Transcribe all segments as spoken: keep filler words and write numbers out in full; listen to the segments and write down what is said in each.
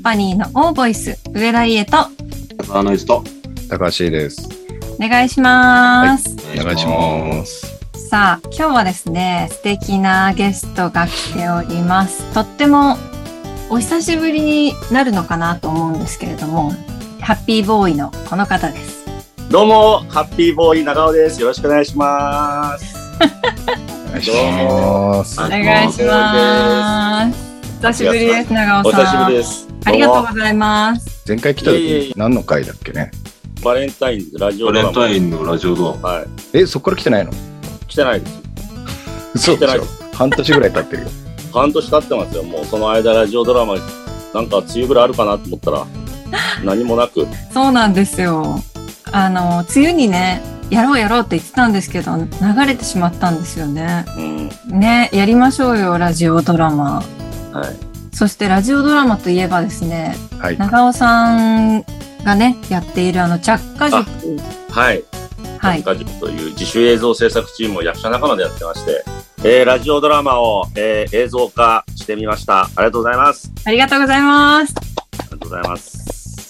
パニーのオーボイス、上田理恵とあの人高橋です。 お願いします、 はい、お願いします。 さあ今日はですね、素敵なゲストが来ております。とってもお久しぶりになるのかなと思うんですけれども、ハッピーボーイのこの方です。 どうもハッピーボーイ長尾です。よろしくお願いしますお願いします。 お願いします。久しぶりです。長尾さん、 お久しぶりです。 ありがとうございます。 前回来た時何の回だっけね。 バレンタインラジオドラマ。バレンタインのラジオドラマ。はい。 え、そこから来てないの？ 来てないです。 そうでしょ。半年ぐらい経ってるよ。 半年経ってますよ。もうその間ラジオドラマなんか梅雨ぐらいあるかなと思ったら何もなく。 そうなんですよ。あの梅雨にね、やろうやろうって言ってたんですけど、流れてしまったんですよね。うん、ね、やりましょうよラジオドラマ。はい。そしてラジオドラマといえばですね、はい、長尾さんがねやっているあの着火塾、 はい、はい、着火塾という自主映像制作チームを役者仲間でやってまして、えー、ラジオドラマを、えー、映像化してみました。ありがとうございます。 ありがとうございます。 ありがとうございます。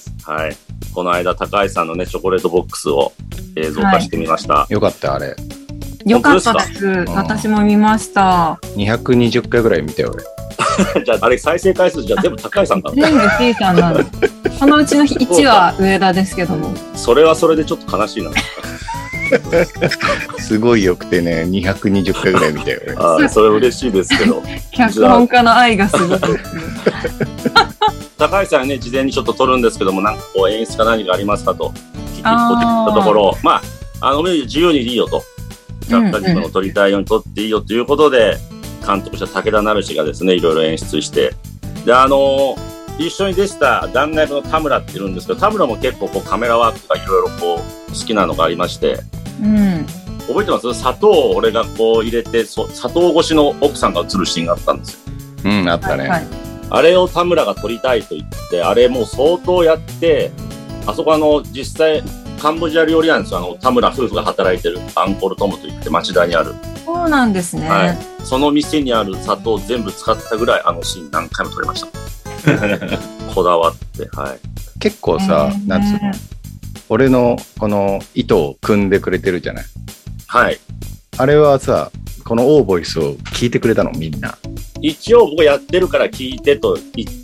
はい。この間高橋さんのねチョコレートボックスを映像化してみました。はい、 よかったあれ。 よかったです。うん、私も見ました。 にひゃくにじゅっかいぐらい見たよ俺。 じゃああれ再生回数じゃ全部高橋さんかな。 全部 T さんなの。そのうちのいちは上田ですけども。 それはそれでちょっと悲しいな。 すごいよくてね、にひゃくにじゅっかいぐらい見たよね。 ああ、それ嬉しいですけど。 脚本家の愛がすごい。 高橋さんね、事前にちょっと撮るんですけども、なんかこう演出か何かありますかと聞いてたところ、まあ、あの自由にいいよと、着火塾の撮りたいように撮っていいよということで、監督した武田成志がですね、いろいろ演出して、で、あのー、一緒に出てた旦那役の田村っているんですけど、田村も結構こうカメラワークとかいろいろこう好きなのがありまして、うん、覚えてます？砂糖を俺がこう入れて、そ砂糖越しの奥さんが映るシーンがあったんですよ。 うん、あったね。はい、 あれを田村が撮りたいと言って、あれもう相当やって、あそこあの、実際、カンボジア料理なんですよ。あの、田村夫婦が働いてるアンコールトムといって町田にある。 そうなんですね。 はい。その店にある砂糖を全部使ったぐらい、あのシーン何回も撮れました。こだわって、はい。 結構さ、なんつうの、俺のこの糸を組んでくれてるじゃない。 はい。あれはさ、このオーボイスを聞いてくれたのみんな。 一応僕やってるから聞いてと言って、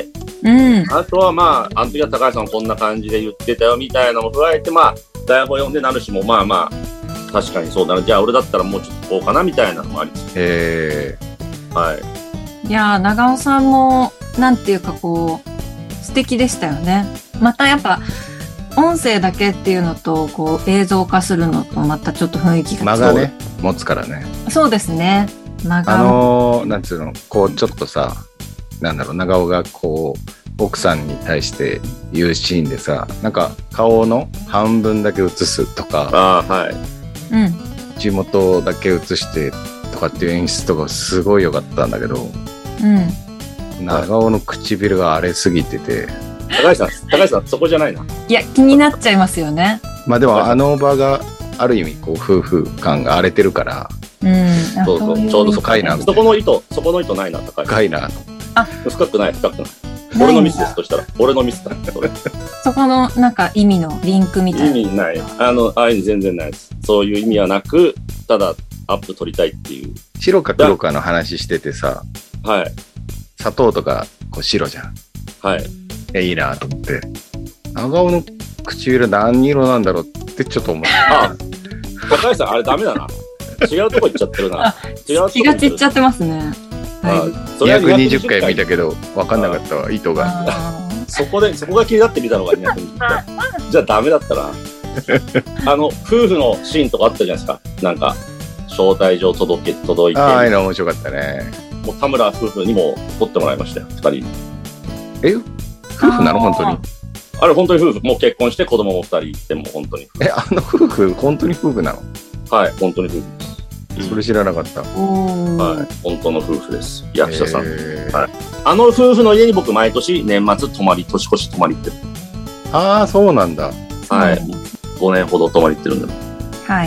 うん、あとはまあ、あの時は高橋さんこんな感じで言ってたよみたいなのも加えて、まあ、台本読んでなるしも、まあまあ、確かにそうだな。じゃあ俺だったらもうちょっとこうかなみたいなのもあります。 へー。はい。 いやー、長尾さんも、なんていうかこう、素敵でしたよね。またやっぱ、音声だけっていうのと、こう、映像化するのとまたちょっと雰囲気が。 間がね、持つからね。 そうですね。間が。 あのー、なんつうの、こう、ちょっとさ、なんだろう、長尾がこう、奥さんに対して言うシーンでさ、なんか顔の半分だけ映すとか、 あ、はい、 うん、地元だけ映してとかっていう演出とかすごい良かったんだけど、うん、長尾の唇が荒れすぎてて、 高橋さん、高橋さんそこじゃないな。 いや、気になっちゃいますよね。 まあでもあの場がある意味こう夫婦感が荒れてるから、 うん、 そうそう、ちょうど深いな。そこの糸、そこの糸ないな、高橋。 深いな。 あ、 深くない、深くない。俺のミスですとしたら、俺のミスだ、それ。 そこのなんか意味のリンクみたいな。 意味ない。あの、ああいうの全然ないです。そういう意味はなく、ただアップ取りたいっていう。 白か黒かの話しててさ、 はい。 砂糖とかこう白じゃん。 はい。 え、いいなと思って。長尾の唇何色なんだろうってちょっと思って。 あ、高橋さんあれダメだな。違うとこ行っちゃってるな。違うとこ気が散っちゃってますね。 はい、 にひゃくにじゅっかい見たけど分かんなかったわ、糸が。 そこで、そこが気になって見たのがにひゃくにじゅっかい。じゃあダメだったな。あの、夫婦のシーンとかあったじゃないですか。なんか、招待状届け、届いて。 ああ、いうの面白かったね。 もう田村夫婦にも撮ってもらいましたよ、二人。 え、夫婦なの本当に？ あれ本当に夫婦。もう結婚して子供も二人いて、もう本当に。 え、あの夫婦、本当に夫婦なの？ はい、本当に夫婦です。 それ知らなかった。 はい、本当の夫婦です。役者さん。はい。あの夫婦の家に僕毎年年末泊まり、年越し泊まり行ってる。 ああ、そうなんだ。 はい。ごねんほど泊まり行ってるんで。 はい。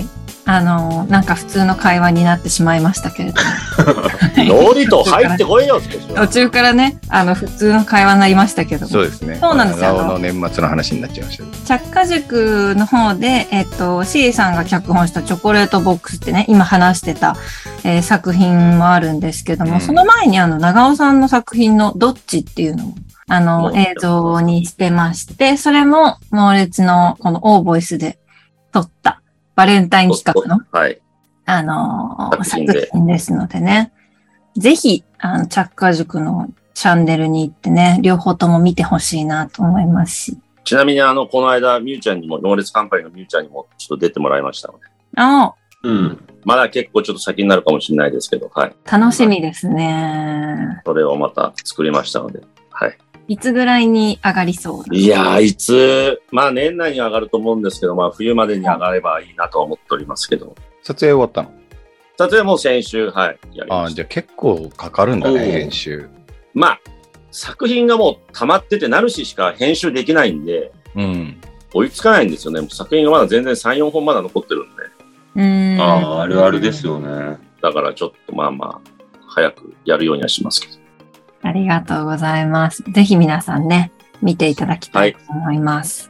あの、なんか普通の会話になってしまいましたけれども。ノリと入ってこいよ、少しは。 途中からね、あの、普通の会話になりましたけども。 そうですね。 そうなんですよ。 長尾の年末の話になっちゃいました。 着火塾の方で、えっと、シーさんが脚本したチョコレートボックスってね、今話してた、えー、作品もあるんですけども、うん、その前にあの、長尾さんの作品のどっちっていうのを、あの、映像にしてまして、それも、猛烈のこのオーボイスで撮ったバレンタイン企画の、 はい、 あのー、作品ですのでね。ぜひ、あの、着火塾のチャンネルに行ってね、両方とも見てほしいなと思いますし。 ちなみにあの、この間、みゆちゃんにも、猛烈カンパニーのみゆちゃんにもちょっと出てもらいましたので。 ああ。 うん。まだ結構ちょっと先になるかもしれないですけど、はい。 楽しみですね。 それをまた作りましたので、はい。 いつぐらいに上がりそう？ いやー、いつ、まあ年内に上がると思うんですけど、まあ冬までに上がればいいなと思っておりますけど。 撮影終わったの？ 撮影も先週、はい。 やりました。ああ、じゃあ結構かかるんだね、編集。 まあ、作品がもう溜まってて、ナルシしか編集できないんで、 うん。 追いつかないんですよね。もう作品がまだ全然さん、よんほんまだ残ってるんで。 うーん。 ああ、あるあるですよね。 だからちょっとまあまあ、早くやるようにはしますけど。 ありがとうございます。ぜひ皆さんね、見ていただきたいと思います。はい、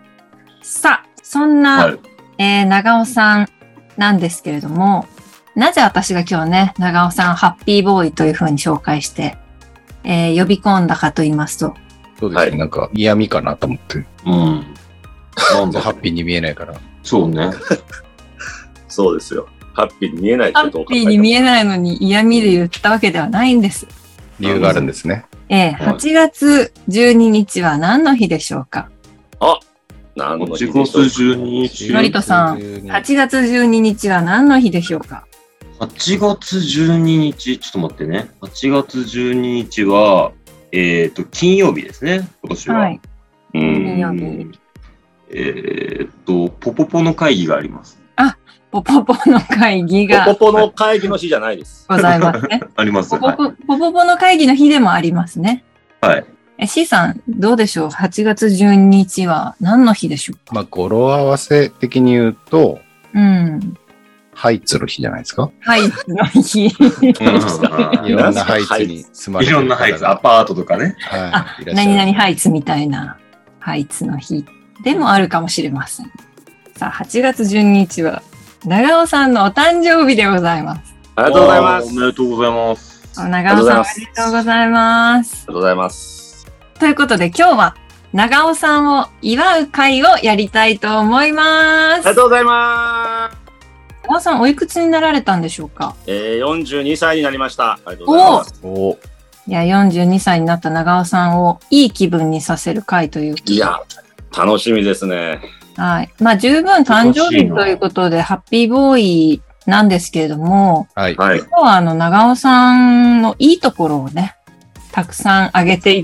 さあ、そんな、はい、えー、長尾さんなんですけれども、なぜ私が今日ね、長尾さんハッピーボーイというふうに紹介して、えー、呼び込んだかと言いますと。 そうですね、はい、なんか嫌味かなと思って。 うん。 なんでハッピーに見えないから。 そうね。 そうですよ。ハッピーに見えないってどうか。ハッピーに見えないのに嫌味で言ったわけではないんです。 理由があるんですね。 ええ、はちがつじゅうににちは何の日でしょうか？ あ、何の日でしょうか？ はちがつじゅうににち。 のりとさん、はちがつじゅうににちは何の日でしょうか？ はちがつじゅうににち、ちょっと待ってね。はちがつじゅうににちは、えっと、金曜日ですね、今年は。はい。 金曜日。 えっと、ポポポの会議があります。 あ、ポポポの会議が。 ポポポの会議の日じゃないです。 ございますね。 あります。 ポポポ、ポポポの会議の日でもありますね。 はい。 え、C さん、どうでしょう？ はちがつじゅうににちは何の日でしょうか？ まあ、語呂合わせ的に言うと、 うん。 ハイツの日じゃないですか？ ハイツの日。 いろんなハイツに住まれてる。 いろんなハイツ、アパートとかね。 はい。何々ハイツみたいなハイツの日でもあるかもしれません。さあ、はちがつじゅうににちは、長尾さんのお誕生日でございます。 ありがとうございます。 おめでとうございます。 長尾さん、おめでとうございます。 ありがとうございます。 ということで、今日は、長尾さんを祝う会をやりたいと思います。ありがとうございます。 長尾さん、おいくつになられたんでしょうか？ えー、よんじゅうにさいになりました。ありがとうございます。 おいや、よんじゅうにさいになった長尾さんをいい気分にさせる会という。 いや、楽しみですね。 はい。まあ、十分誕生日ということで、ハッピーボーイなんですけれども、 はい。 今日はあの、長尾さんのいいところをね、たくさん上げていって、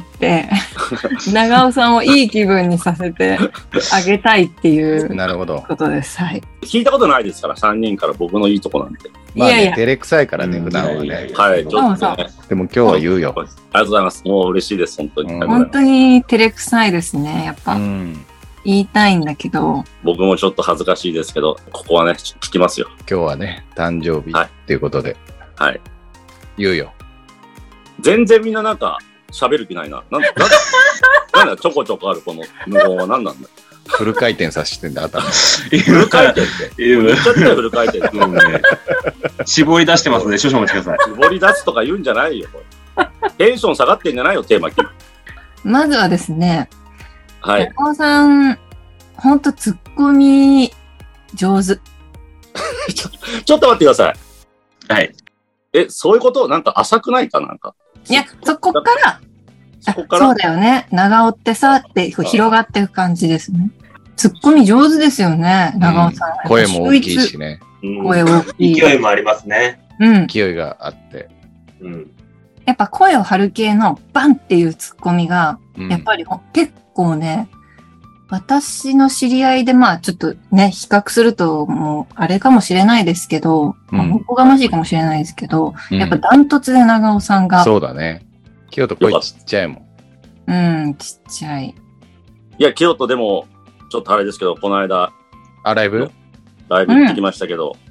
長尾さんをいい気分にさせてあげたいっていうなるほどことです。はい。 聞いたことないですから、さんにんから僕のいいとこなんて。 まあね、 いやいや照れくさいからね、普段はね。 はい、ちょっとね。 でも今日は言うよ。 ありがとうございます。もう嬉しいです、本当に。 本当に照れくさいですね、やっぱ。 うん言いたいんだけど。 僕もちょっと恥ずかしいですけど、ここはね、聞きますよ。 今日はね、誕生日っていうことで。 はい。 言うよ。 全然みんななんか、喋る気ないな。なんだ、なんだ、ちょこちょこあるこの無言は何なんだ。 フル回転させてんだ、頭。 フル回転って。言っちゃったよ、フル回転って。 うんね、絞り出してますね、少々お待ちください。 絞り出すとか言うんじゃないよ、これ。テンション下がってんじゃないよ、テーマ。 まずはですね、 はい。 長尾さん、ほんとツッコミ上手。 ちょ、ちょっと待ってください。はい。 え、そういうことなんか浅くないかなんか。 いや、そこから、 そこからそうだよね。長尾ってさ、って広がっていく感じですね。ツッコミ上手ですよね、長尾さん。 うん、声も大きいしね。 声大きい。 勢いもありますね。 うん。 勢いがあって。 うん。 やっぱ声を張る系のバンっていうツッコミが、やっぱり結構ね、私の知り合いでまあちょっとね、比較するともうあれかもしれないですけど、うん、まあ、おこがましいかもしれないですけど、うん、やっぱダントツで長尾さんが。 そうだね。清人声ちっちゃいもん。 うん、ちっちゃい。 いや、清人でも、ちょっとあれですけど、この間。 あ、ライブライブ行ってきましたけど、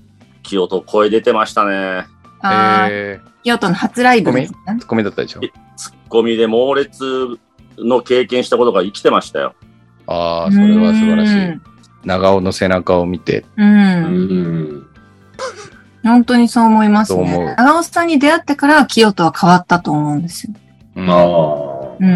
清人声出てましたね。 あえー、清人の初ライブですね。 ツッコミだったでしょ。 ツッコミで猛烈の経験したことが生きてましたよ。 ああ、それは素晴らしい。長尾の背中を見て。 うん。うん本当にそう思いますね。長尾さんに出会ってから清人は変わったと思うんですよ。 うん、ああ。うん。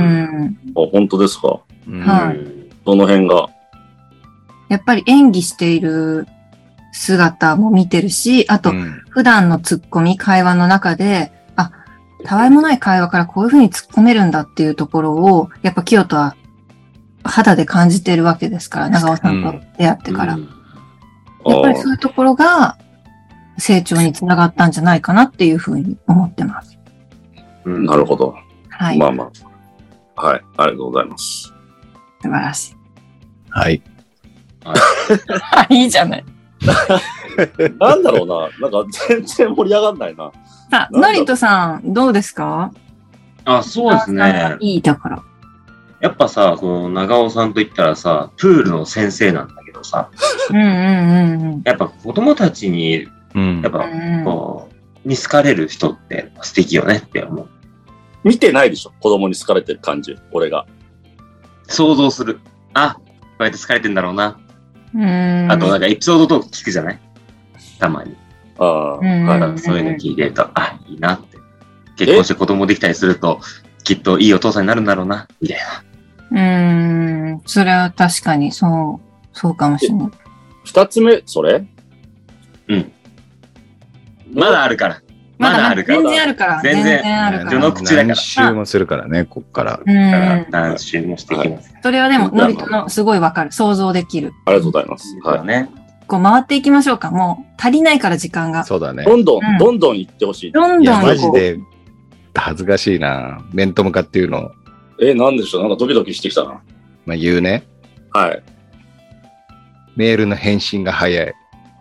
あ、本当ですか。うん、はい。どの辺がやっぱり演技している姿も見てるし、あと、普段のツッコミ、会話の中で、あ、たわいもない会話からこういう風に突っ込めるんだっていうところを、やっぱ清人は肌で感じているわけですから、長尾さんと出会ってから。うんうん、やっぱりそういうところが成長につながったんじゃないかなっていう風に思ってます。 うん、なるほど。 はい。 まあまあ。はい。ありがとうございます。 素晴らしい。 はい。 はい、いいじゃない。 なんだろうな。なんか全然盛り上がんないな。 さあ、のりとさん、どうですか？ あ、そうですね。 いいだから。 やっぱさ、この長尾さんといったらさ、プールの先生なんだけどさ。 うんうんうんうん。 やっぱ子供たちに、うん、やっぱ、こう、に好かれる人って素敵よねって思う。 見てないでしょ？子供に好かれてる感じ、俺が。 想像する。あ、こうやって好かれてんだろうな。 うんあとなんかエピソードトーク聞くじゃない？たまに。 ああ、 はい。そういうの聞いてると、あ、いいなって。結婚して子供できたりすると、きっといいお父さんになるんだろうな、みたいな。うーん。それは確かに、そう、そうかもしれない。 二つ目、それ？ うん。まだあるから。まだあるから。 全然あるから。 全然あるから。序の口だから。 何周もするからね、こっから。 うん。 何周もしてきます。 それはでも、のりとのすごいわかる。想像できる。 ありがとうございます。 はいね。 こう回っていきましょうか。もう足りないから時間が。 そうだね。 どんどん、どんどん行ってほしい。 どんどんマジで恥ずかしいな。面と向かっていうの。 え、なんでしょう？なんかドキドキしてきたな。 まあ言うね。 はい。 メールの返信が早い。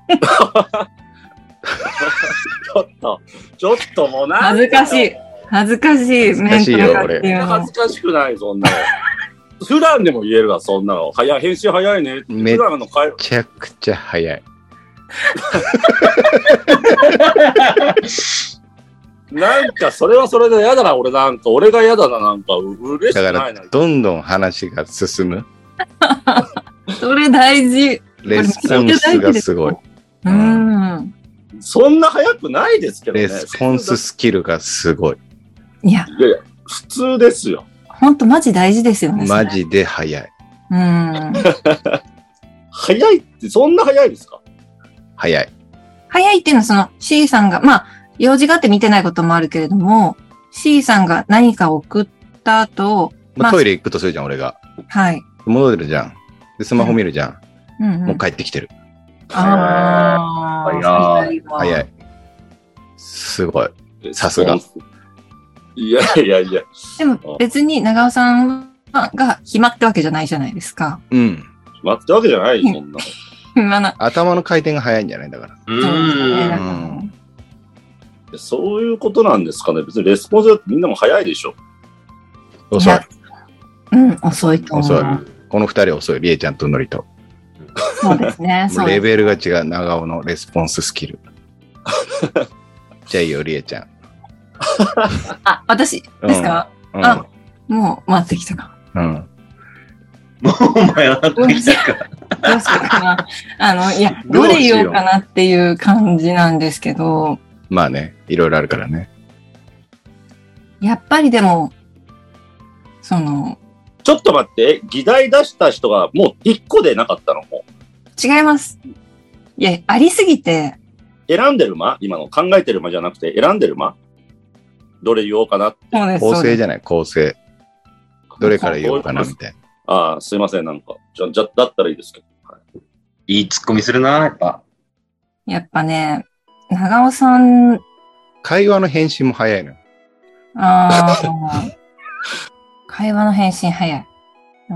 ちょっと、ちょっともうな恥ずかしい。恥ずかしい。 恥ずかしいよ、俺。 恥ずかしくない、そんなの。普段でも言えるわ、そんなの。早い、返信早いね。 めちゃくちゃ早い。 なんか、それはそれで嫌だな、俺なんか。俺が嫌だな、なんか、嬉しくないな。 だから、どんどん話が進む。 それ大事。 レスポンスがすごい。 うん。 そんな早くないですけどね。 レスポンススキルがすごい。 いや。 いやいや、普通ですよ。 ほんとマジ大事ですよね。 マジで早い。 うん。 早いって、そんな早いですか？ 早い。 早いっていうのはその C さんが、まあ、用事があって見てないこともあるけれども、C さんが何か送った後、 まあ、トイレ行くとするじゃん、俺が。 はい。 戻るじゃん。で、スマホ見るじゃん。 うんうん、 もう帰ってきてる。 ああ。早い。 早い。すごい。さすが。 いやいやいや。 でも別に長尾さんが暇ってわけじゃないじゃないですか。 うん。 暇ってわけじゃない、そんな。 暇な。 頭の回転が早いんじゃないんだから。 そうですね。 そういうことなんですかね。別にレスポンスだってみんなも早いでしょ。 遅い。 うん、遅いと思う。 遅い。この二人遅い。りえちゃんとのりと。 そうですね。 レベルが違う。長尾のレスポンススキル。じゃあいいよ、りえちゃん。 あ、私ですか、うん、あ、もう回ってきたか。 うん。 もう回ってきたか。 どうしようかな。あの、いや、どれ言おうかなっていう感じなんですけど。 まあね、いろいろあるからね。 やっぱりでも、その、 ちょっと待って、議題出した人がもう一個でなかったのも違います。いや、ありすぎて。 選んでる間今の考えてる間じゃなくて選んでる間どれ言おうかなって。 そうです。 構成じゃない、構成。どれから言おうかなみたいな。 ああ、すいません、なんか。じゃ、じゃ、だったらいいですけど。はい、 いいツッコミするな、やっぱ。 やっぱね、長尾さん。 会話の返信も早いの。 ああ。会話の返信早い、うん。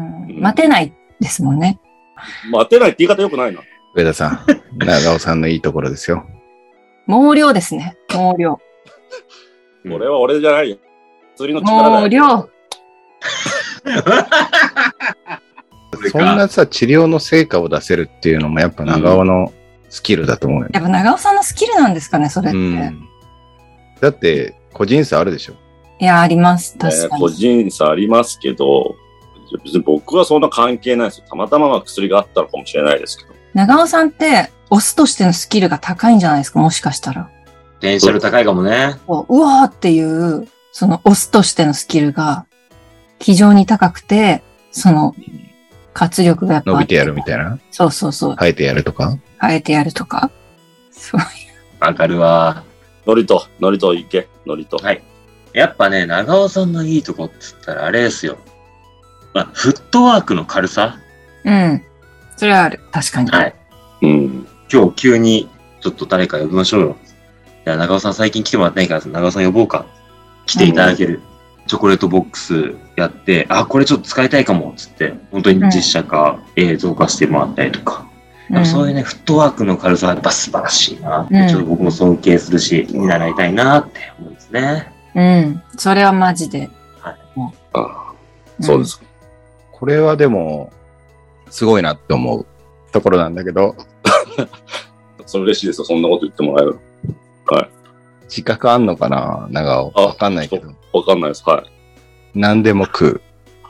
待てないですもんね。 待てないって言い方良くないな。 上田さん、長尾さんのいいところですよ。 毛量ですね。毛量。 これは俺じゃないよ。釣りの力だよ。 毛量。 そんなさ、治療の成果を出せるっていうのもやっぱ長尾のスキルだと思うよ。 やっぱ長尾さんのスキルなんですかね、それって。うん、 だって、個人差あるでしょ。 いや、あります。確かに。 個人差ありますけど、別に僕はそんな関係ないですよ。たまたまは薬があったのかもしれないですけど。 長尾さんって、オスとしてのスキルが高いんじゃないですか、もしかしたら。 ポテンシャル高いかもね。 うわーっていう、そのオスとしてのスキルが非常に高くて、その活力がやっぱ。 伸びてやるみたいな。 そうそうそう。 生えてやるとか生えてやるとか。そういう。 わかるわ。 ノリと、ノリといけ、ノリと。 はい。やっぱね、長尾さんのいいとこって言ったらあれですよ。まあ、フットワークの軽さ。 うん。それはある。確かに。 はい。うん。今日急にちょっと誰か呼びましょうよ。じゃあ長尾さん最近来てもらってないから長尾さん呼ぼうか。来ていただける。うん、チョコレートボックスやって、あ、これちょっと使いたいかも。つって、本当に実写化、うん、映像化してもらったりとか。うん、そういうね、フットワークの軽さはやっぱ素晴らしいなって、うん、ちょっと僕も尊敬するし、見習いたいなって思うんですね。 うん。それはマジで。はい。 ああ、そうです。 これはでも、すごいなって思うところなんだけど。 それ嬉しいですよ。そんなこと言ってもらえる。はい。 自覚あんのかな長尾。わかんないけど。 わかんないです。はい。 何でも食う。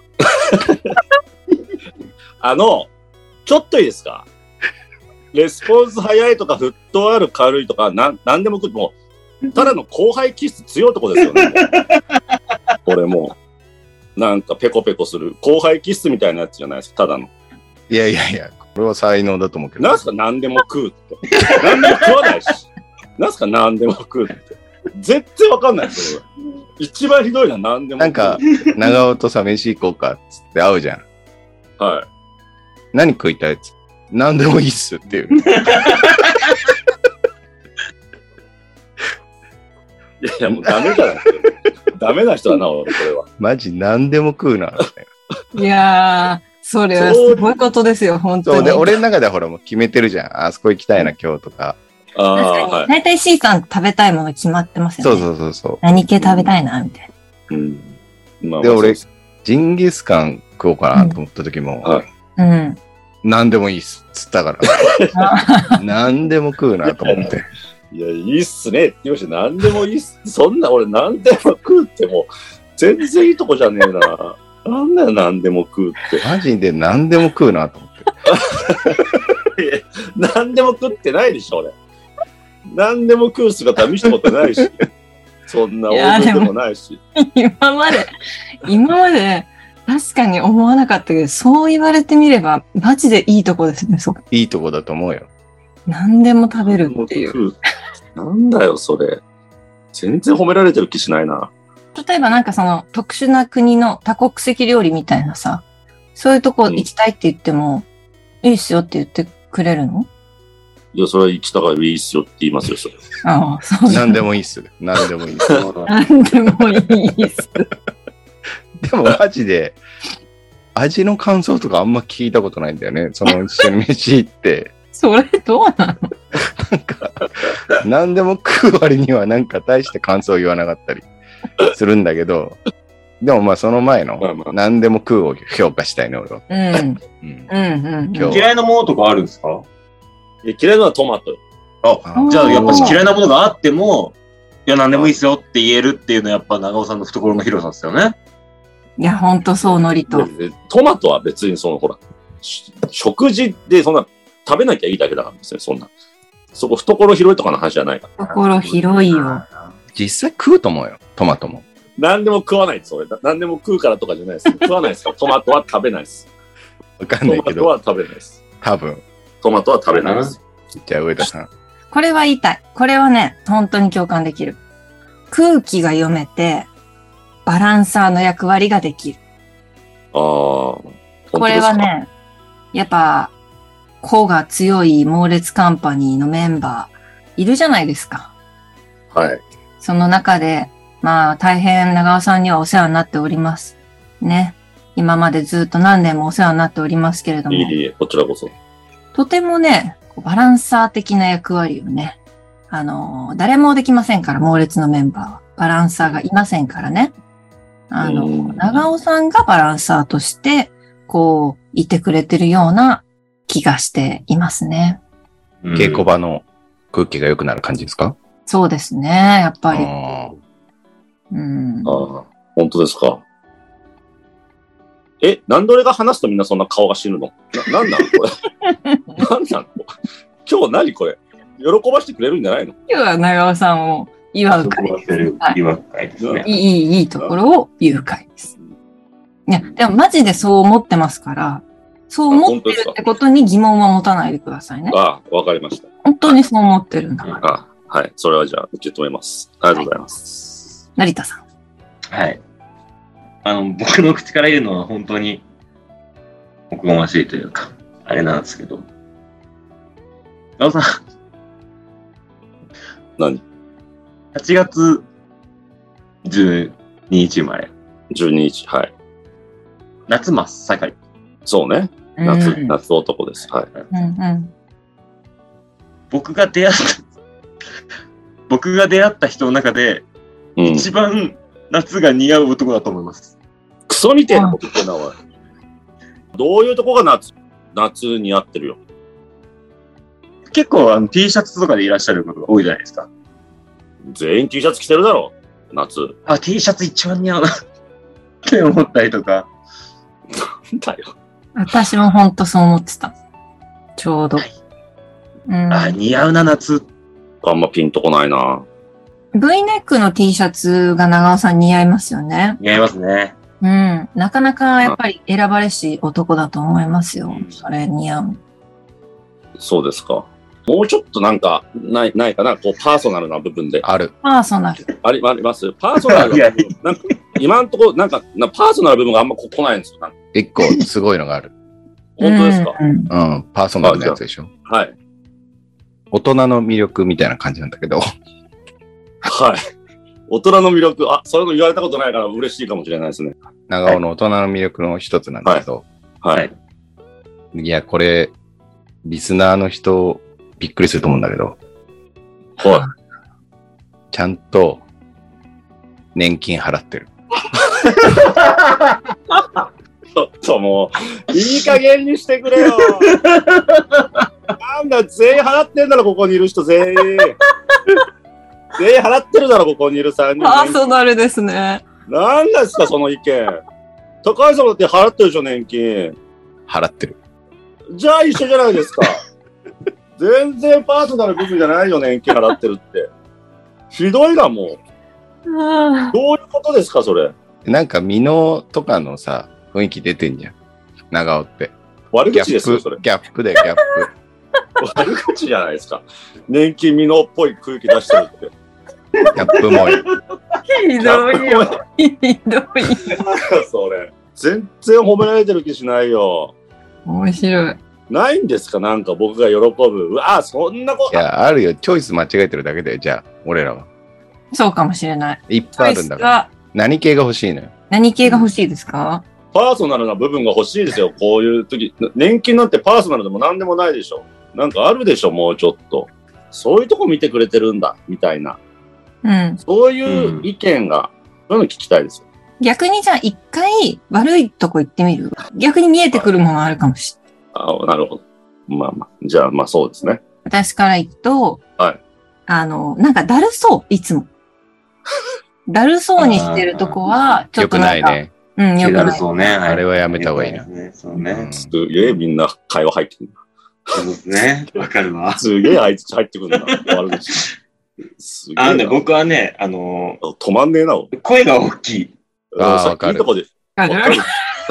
あの、ちょっといいですか？レスポンス早いとか、フットワーク軽いとか、なん、なんでも食う。もう、ただの後輩気質強いとこですよね。これもう、なんかペコペコする。後輩気質みたいなやつじゃないですか、ただの。 いやいやいや、これは才能だと思うけど。 なんすか何でも食うって。何でも食わないし。なんすか何でも食うって。絶対わかんないですよ。一番ひどいのは何でも食う。 なんか、長尾とさ、飯行こうかっつって会うじゃん。 はい。 何食いたいっつって。何でもいいっすっていう。いやいや、もうダメじゃないですか。ダメな人だな、俺、これは。 マジ何でも食うな。 いやー。それはすごいことですよ、本当に。 そうで、俺の中ではほらもう決めてるじゃん。あそこ行きたいな、今日とか。 ああ、はい。 大体 C さん食べたいもの決まってますよね。 そうそうそうそう。 何系食べたいな、みたいな。 うん。 まあ、で、俺、ジンギスカン食おうかなと思った時も、 うん。うん、 何でもいいっす。つったから。何でも食うなと思って。 いや、いいっすねって言いました。何でもいいっす。そんな俺何でも食うってもう、全然いいとこじゃねえな。なんだよ、何でも食うって。 マジで何でも食うなと思って。 何でも食ってないでしょ、俺。何でも食う姿見せたことないし。そんな大食いでもないし。 今まで、今まで、確かに思わなかったけど、そう言われてみれば、マジでいいとこですね、そこ。 いいとこだと思うよ。 何でも食べるっていう。 なんだよ、それ。全然褒められてる気しないな。 例えばなんかその特殊な国の多国籍料理みたいなさ、そういうとこ行きたいって言っても、うん、いいっすよって言ってくれるの？ いや、それは行きたからいいっすよって言いますよ、それ。 ああ、そう。 何でもいいっす。何でもいいっす。 何でもいいっす。 でもマジで、味の感想とかあんま聞いたことないんだよね。その一緒に飯行って。 それどうなの？なんか、何でも食う割にはなんか大して感想言わなかったりするんだけど、でもまあその前の何でも食うを評価したいね、俺は。 うん。うんうんうん。 嫌いなものとかあるんですか？ いや、嫌いなのはトマト。 あ、じゃあやっぱ嫌いなものがあっても、いや何でもいいですよって言えるっていうのはやっぱ長尾さんの懐の広さですよね。 いや、ほんとそう、ノリと。 トマトは別にその、ほら、食事でそんな食べなきゃいいだけだからですね、そんな。そこ懐広いとかの話じゃないから。 懐広いよ。 実際食うと思うよ、トマトも。 何でも食わないです、俺。何でも食うからとかじゃないです。食わないですから、トマトは食べないです。 わかんないけど。 トマトは食べないです。 多分。 トマトは食べないです。 じゃあ上田さん。 これは言いたい。これはね、本当に共感できる。空気が読めて、バランサーの役割ができる。 ああ。これはね、やっぱ、個が強い猛烈カンパニーのメンバーいるじゃないですか。 はい。 その中で、まあ大変長尾さんにはお世話になっております。ね。今までずっと何年もお世話になっておりますけれども。 いいえ、こちらこそ。 とてもね、バランサー的な役割をね、あの、誰もできませんから、猛烈のメンバーは。バランサーがいませんからね。あの、長尾さんがバランサーとして、こう、いてくれてるような気がしていますね。 稽古場の空気が良くなる感じですか？ そうですね、やっぱり。うん、 ああ、本当ですか。え、なんで俺が話すとみんなそんな顔が死ぬの？な、なんなのこれ。なんなの今日何これ喜ばしてくれるんじゃないの？ 今日は長尾さんを祝う会です。 祝う会ですね。 いい、いいところを言う会です。いや、でもマジでそう思ってますから、そう思ってるってことに疑問は持たないでくださいね。 ああ、わかりました。 本当にそう思ってるんだから。 ああ、はい。それはじゃあ受け止めます。ありがとうございます。 はい、成田さん。 はい。あの、僕の口から言うのは本当におこがましいというか、あれなんですけど。長尾さん。 何 ? はちがつじゅうににち生まれ。 じゅうににち、はい。 夏真っ盛り。 そうね。夏、うん、夏男です。はい。 うんうん、 僕が出会った、僕が出会った人の中で、うん、一番夏が似合う男だと思います。 クソみてえなこと言ってんな、おい。どういうとこが夏、夏似合ってるよ。 結構あの T シャツとかでいらっしゃることが多いじゃないですか。 全員 T シャツ着てるだろ、夏。 あ、T シャツ一番似合うなって思ったりとか。 なんだよ。 私もほんとそう思ってた。ちょうど。はい、 うん、あ、似合うな、夏。 あんまピンとこないな。 V ネックの T シャツが長尾さん似合いますよね。 似合いますね。 うん。なかなかやっぱり選ばれし男だと思いますよ。それ似合う。 そうですか。もうちょっとなんか、ない、ないかな、こう、パーソナルな部分で。 ある。 パーソナル。 あり、あります。パーソナルな部分。なんか、今んとこ、なんか、なパーソナルな部分があんまこ来ないんですよ。 一個、すごいのがある。 本当ですか？ うん、パーソナルなやつでしょ。 はい。 大人の魅力みたいな感じなんだけど。 はい。大人の魅力、あ、そういうの言われたことないから嬉しいかもしれないですね。 長尾の大人の魅力の一つなんだけど。 はい。はい、 いや、これ、リスナーの人、びっくりすると思うんだけど。 はい。 ちゃんと、年金払ってる。 ちょっともう、いい加減にしてくれよ。なんだ、全員払ってんだろ、ここにいる人全員。全員払ってるだろ、ここにいるさんにん。 パーソナルですね。 なんですか、その意見。高橋さんだって払ってるでしょ、年金。 払ってる。 じゃあ一緒じゃないですか。全然パーソナル部分じゃないよ、年金払ってるって。ひどいな、もう。どういうことですか、それ。 なんか、美濃とかのさ、雰囲気出てんじゃん。長尾って。 悪口ですよ、それ。 ギャップだよ、ギャップ。悪口じゃないですか。年金美濃っぽい空気出してるって。 ギャップもいい。 ひどいよ。ひどいよ。 それ。全然褒められてる気しないよ。 面白い。 ないんですか、なんか僕が喜ぶ。うわ、そんなこと。 いや、あるよ。チョイス間違えてるだけだよ、じゃあ、俺らは。 そうかもしれない。 いっぱいあるんだから。何系が欲しいのよ。 何系が欲しいですか？ パーソナルな部分が欲しいですよ、こういう時。年金なんてパーソナルでも何でもないでしょ。なんかあるでしょ、もうちょっと。そういうとこ見てくれてるんだ、みたいな。 うん。 そういう意見が、そういうの聞きたいですよ。 逆にじゃあ一回悪いとこ行ってみる？逆に見えてくるものあるかもしれない。 ああ、なるほど。まあまあ。じゃあまあそうですね。 私から行くと、 はい。 あの、なんかだるそう、いつも。だるそうにしてるとこは、ちょっとなんか。 よくないね。 うん、よくない。 だるそうね。 あれはやめた方がいいな。 そうね。 すげえみんな会話入ってくる。 そうですね。わかるわ。 すげえあいつ入ってくるな。悪口。 すげえ。あのね、僕はね、あのー、止まんねえな。 声が大きい。 ああ、わかる。 いいとこで。 わかる。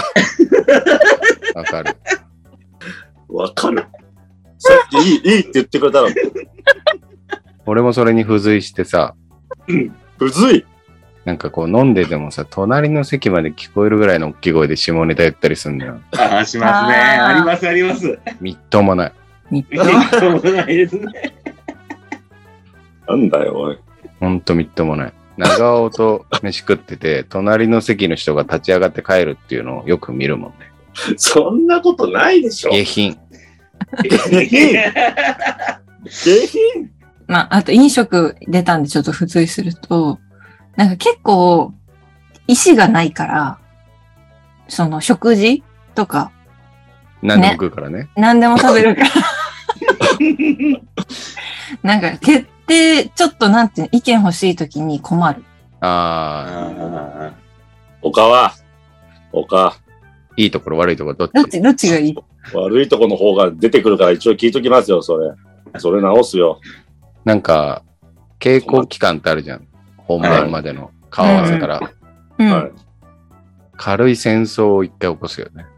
わかる。 わかる。さっきいい、いいって言ってくれたら。 俺もそれに付随してさ。 うん。付随なんかこう飲んでてもさ、隣の席まで聞こえるぐらいの大きい声で下ネタ言ったりするんだよ。 ああ、しますね。ありますあります。 みっともない。 みっともないですね。 なんだよ、おい。 ほんとみっともない。長尾と飯食ってて、隣の席の人が立ち上がって帰るっていうのをよく見るもんね。 そんなことないでしょ。 下品。 下品下品まあ、あと飲食出たんでちょっと付随すると、なんか結構、意志がないから、その食事とか。 何でも食うからね。 何でも食べるから。 なんか、決定、ちょっとなんていうの、意見欲しいときに困る。 ああ他は他。 いいところ悪いところどっちどっち、どっちがいい？ 悪いところの方が出てくるから一応聞いときますよ、それ。それ直すよ。 なんか、稽古期間ってあるじゃん。本番までの顔合わせから。 うん。 はい。 軽い戦争を一回起こすよね。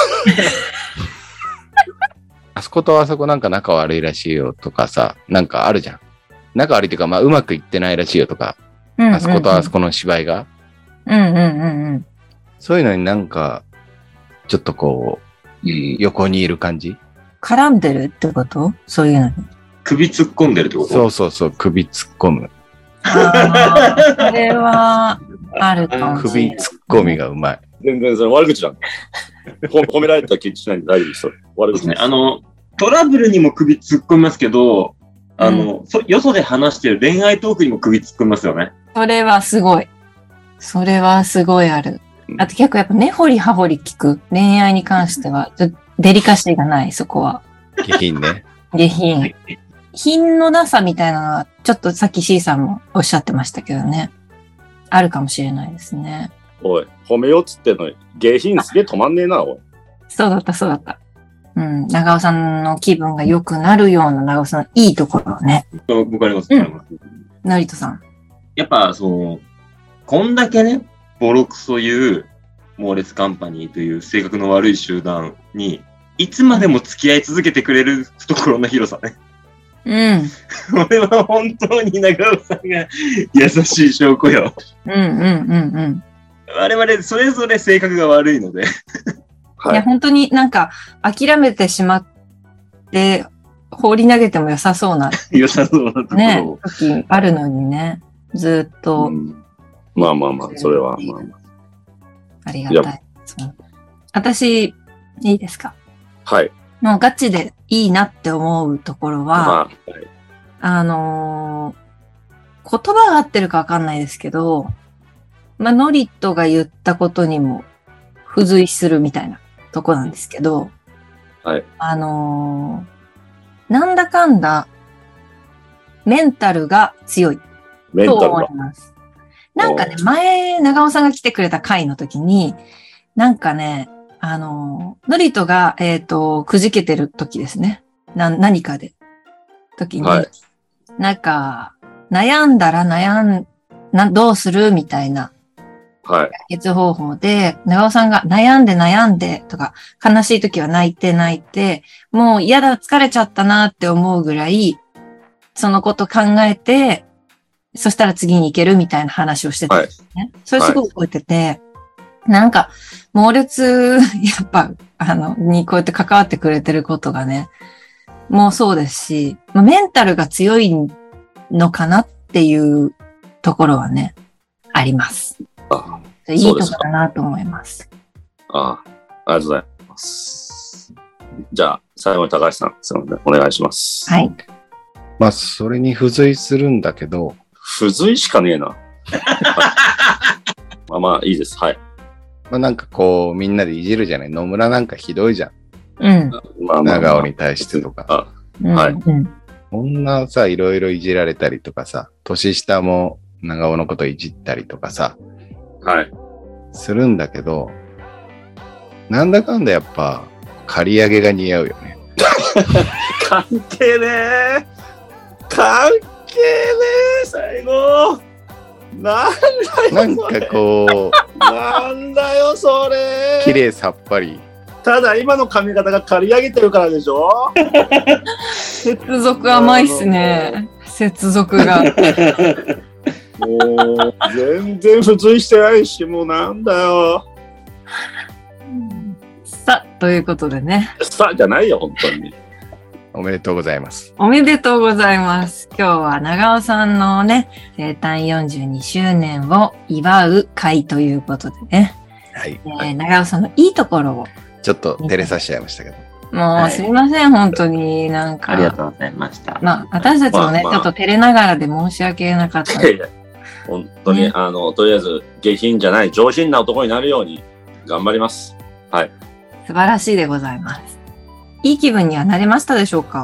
あそことあそこなんか仲悪いらしいよとかさ、なんかあるじゃん。仲悪いっていうか、まあうまくいってないらしいよとか、 うんうんうん、 あそことあそこの芝居が。 うんうんうんうん。 そういうのになんか、ちょっとこう、横にいる感じ？ 絡んでるってこと？そういうのに。 首突っ込んでるってこと？ そうそうそう、首突っ込む。 ああ、それは、あるかもしれない。 首突っ込みがうまい。 全然それ悪口なんだ。褒められたら気にしないんで大丈夫です。悪口ですね。あの、トラブルにも首突っ込みますけど、あの、うん、そよそで話してる恋愛トークにも首突っ込みますよね。 それはすごい。それはすごいある。あと結構やっぱ根掘り葉掘り聞く。恋愛に関しては、ちょっとデリカシーがない、そこは。 下品ね。 下品。品のなさみたいなのは、ちょっとさっき C さんもおっしゃってましたけどね。あるかもしれないですね。 おい、褒めようっつってんのに、下品すげえ止まんねえな、おい。 そうだった、そうだった。うん。長尾さんの気分が良くなるような長尾さんのいいところをね。 僕あります、あります。 成人さん。 やっぱ、その、こんだけね、ボロクソ言う、猛烈カンパニーという性格の悪い集団に、いつまでも付き合い続けてくれる懐の広さね。 うん。 これは本当に長尾さんが優しい証拠よ。 うんうんうんうん。 我々それぞれ性格が悪いので。 はい、いや、本当になんか諦めてしまって放り投げても良さそうな。 良さそうなところ。 ね、時あるのにね。ずっと、うん。 まあまあまあ、それはまあまあ。 ありがたい。私、いいですか？ はい。 もうガチでいいなって思うところは、まあ、はい、あのー、言葉が合ってるかわかんないですけど、まあ、ノリットが言ったことにも付随するみたいなとこなんですけど、 はい。 あのー、なんだかんだ、メンタルが強いと思います。なんかね、前、長尾さんが来てくれた回の時に、なんかね、あの、ノリトが、えっと、くじけてる時ですね。な、何かで。時に、はい、なんか、悩んだら悩ん、な、どうするみたいな。 はい。 解決方法で、長尾さんが悩んで悩んでとか、悲しい時は泣いて泣いて、もう嫌だ、疲れちゃったなって思うぐらい、そのこと考えて、そしたら次に行けるみたいな話をしてたんですね。はい、それすごく覚えてて、はい、なんか、猛烈、やっぱ、あの、にこうやって関わってくれてることがね、もうそうですし、まあ、メンタルが強いのかなっていうところはね、あります。 ああ、 いいとこだなと思います。 ああ、ありがとうございます。じゃあ、最後に高橋さん、すみません、お願いします。 はい。 まあ、それに付随するんだけど、 付随しかねえな。まあまあ、いいです。はい。 まあなんかこう、みんなでいじるじゃない。野村なんかひどいじゃん。 うん。 まあまあまあ、長尾に対してとか。 あ、はい。 こんなさ、いろいろいじられたりとかさ、年下も長尾のこといじったりとかさ、 はい。 するんだけど、なんだかんだやっぱ、刈り上げが似合うよね。 関係ねえ。関係ねえ、最後。なんだよ。 なんかこう。なんだよ、それ。 綺麗さっぱり。 ただ、今の髪型が刈り上げてるからでしょ。 接続甘いっすね。接続が。 もう、全然付随してないし、もうなんだよ。 さあ、ということでね。 さあ、じゃないよ、本当に。 おめでとうございます。 おめでとうございます。今日は長尾さんのね、生誕よんじゅうにしゅうねんを祝う会ということでね。 はい。 えー、長尾さんのいいところを。 ちょっと照れさしちゃいましたけど。 もう、はい、すいません、本当になんか。 ありがとうございました。 まあ、私たちもね、まあまあ、ちょっと照れながらで申し訳なかった。いやいや本当に、ね、あの、とりあえず、下品じゃない、上品な男になるように頑張ります。はい。 素晴らしいでございます。いい気分にはなれましたでしょうか？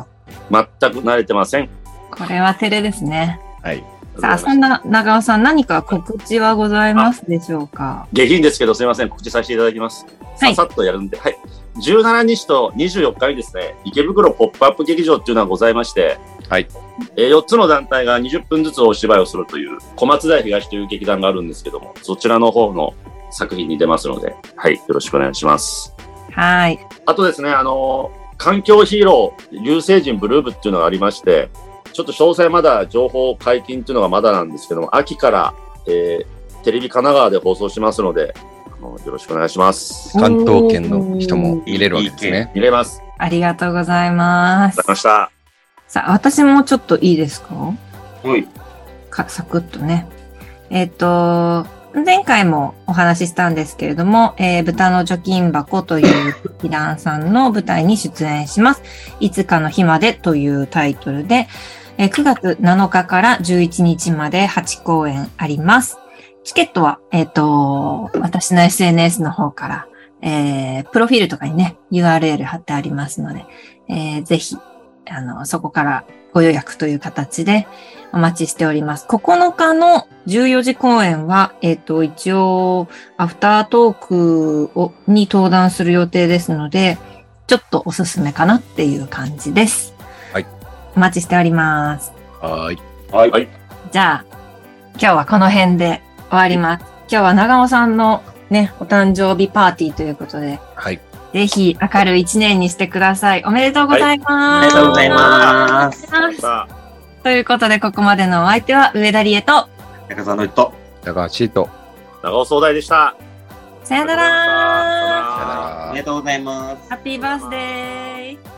全く慣れてません。 これは照れですね。 はい。 さあ、そんな長尾さん、何か告知はございますでしょうか？ 下品ですけど、すいません。告知させていただきます。ささっとやるんで。はい。じゅうしちにちとにじゅうよっかにですね、池袋ポップアップ劇場っていうのがございまして、 はい。 えー、よっつの団体がにじゅっぷんずつお芝居をするという、小松台東という劇団があるんですけども、そちらの方の作品に出ますので、はい。よろしくお願いします。 はい。 あとですね、あのー、環境ヒーロー、流星人ブルーブっていうのがありまして、ちょっと詳細まだ情報解禁っていうのがまだなんですけども、秋から、えー、テレビ神奈川で放送しますので、あのよろしくお願いします。 関東圏の人も見れるわけですね。 見れます。 ありがとうございます。 ありがとうございました。 さあ、私もちょっといいですか？ はい。 か、サクッとね。えっと、前回もお話ししたんですけれども、えー、豚の貯金箱という劇団さんの舞台に出演します。いつかの日までというタイトルで、えー、くがつなのかからじゅういちにちまではちこうえんあります。チケットは、えっと、私の エスエヌエス の方から、えー、プロフィールとかにね、ユーアールエル 貼ってありますので、えー、ぜひ、あの、そこからご予約という形でお待ちしております。ここのかのじゅうよじ公演は、えっと、一応、アフタートークをに登壇する予定ですので、ちょっとおすすめかなっていう感じです。 はい。 お待ちしております。 はい。 はい。 じゃあ、今日はこの辺で終わります。今日は長尾さんのね、お誕生日パーティーということで、 はい。 ぜひ明るい一年にしてください。おめでとうございます。 はい、おめでとうございます。 ということで、ここまでのお相手は上田理恵と中澤のりと高橋と長尾総大でした。 さよなら。 ありがとうございます。 ハッピーバースデー。